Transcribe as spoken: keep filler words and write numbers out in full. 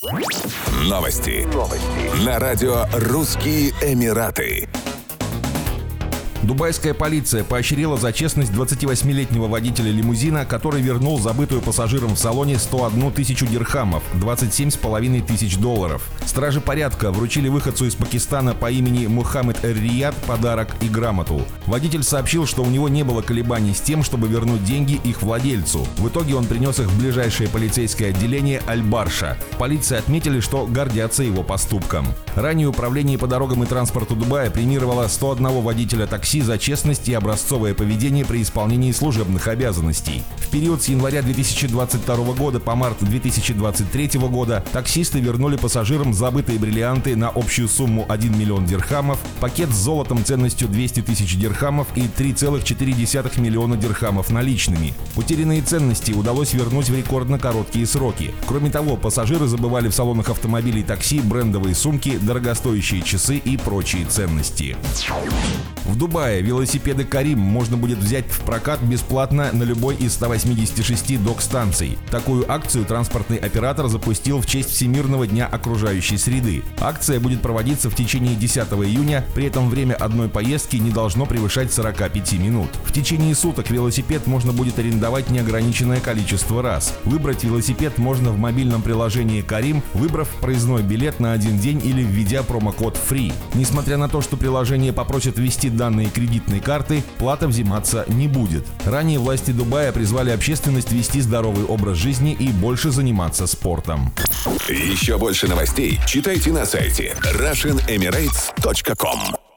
Новости. Новости. На радио «Русские Эмираты». Дубайская полиция поощрила за честность двадцативосьмилетнего водителя лимузина, который вернул забытую пассажирам в салоне сто одну тысячу дирхамов, двадцать семь с половиной тысяч долларов. Стражи порядка вручили выходцу из Пакистана по имени Мухаммед Эр-Рияд подарок и грамоту. Водитель сообщил, что у него не было колебаний с тем, чтобы вернуть деньги их владельцу. В итоге он принес их в ближайшее полицейское отделение Аль-Барша. Полиция отметили, что гордятся его поступком. Ранее Управление по дорогам и транспорту Дубая премировало сто одного водителя такси за честность и образцовое поведение при исполнении служебных обязанностей. В период с января две тысячи двадцать второго года по март две тысячи двадцать третьего года таксисты вернули пассажирам забытые бриллианты на общую сумму один миллион дирхамов, пакет с золотом ценностью двести тысяч дирхамов и три целых четыре десятых миллиона дирхамов наличными. Утерянные ценности удалось вернуть в рекордно короткие сроки. Кроме того, пассажиры забывали в салонах автомобилей такси брендовые сумки, дорогостоящие часы и прочие ценности. В Дубае велосипеды «Карим» можно будет взять в прокат бесплатно на любой из ста восьмидесяти шести док-станций. Такую акцию транспортный оператор запустил в честь Всемирного дня окружающей среды. Акция будет проводиться в течение десятого июня, при этом время одной поездки не должно превышать сорока пяти минут. В течение суток велосипед можно будет арендовать неограниченное количество раз. Выбрать велосипед можно в мобильном приложении «Карим», выбрав проездной билет на один день или введя промокод «Фри». Несмотря на то, что приложение попросит ввести данные кредитной карты, плата взиматься не будет. Ранее власти Дубая призвали общественность вести здоровый образ жизни и больше заниматься спортом. Еще больше новостей читайте на сайте Russian Emirates точка ком.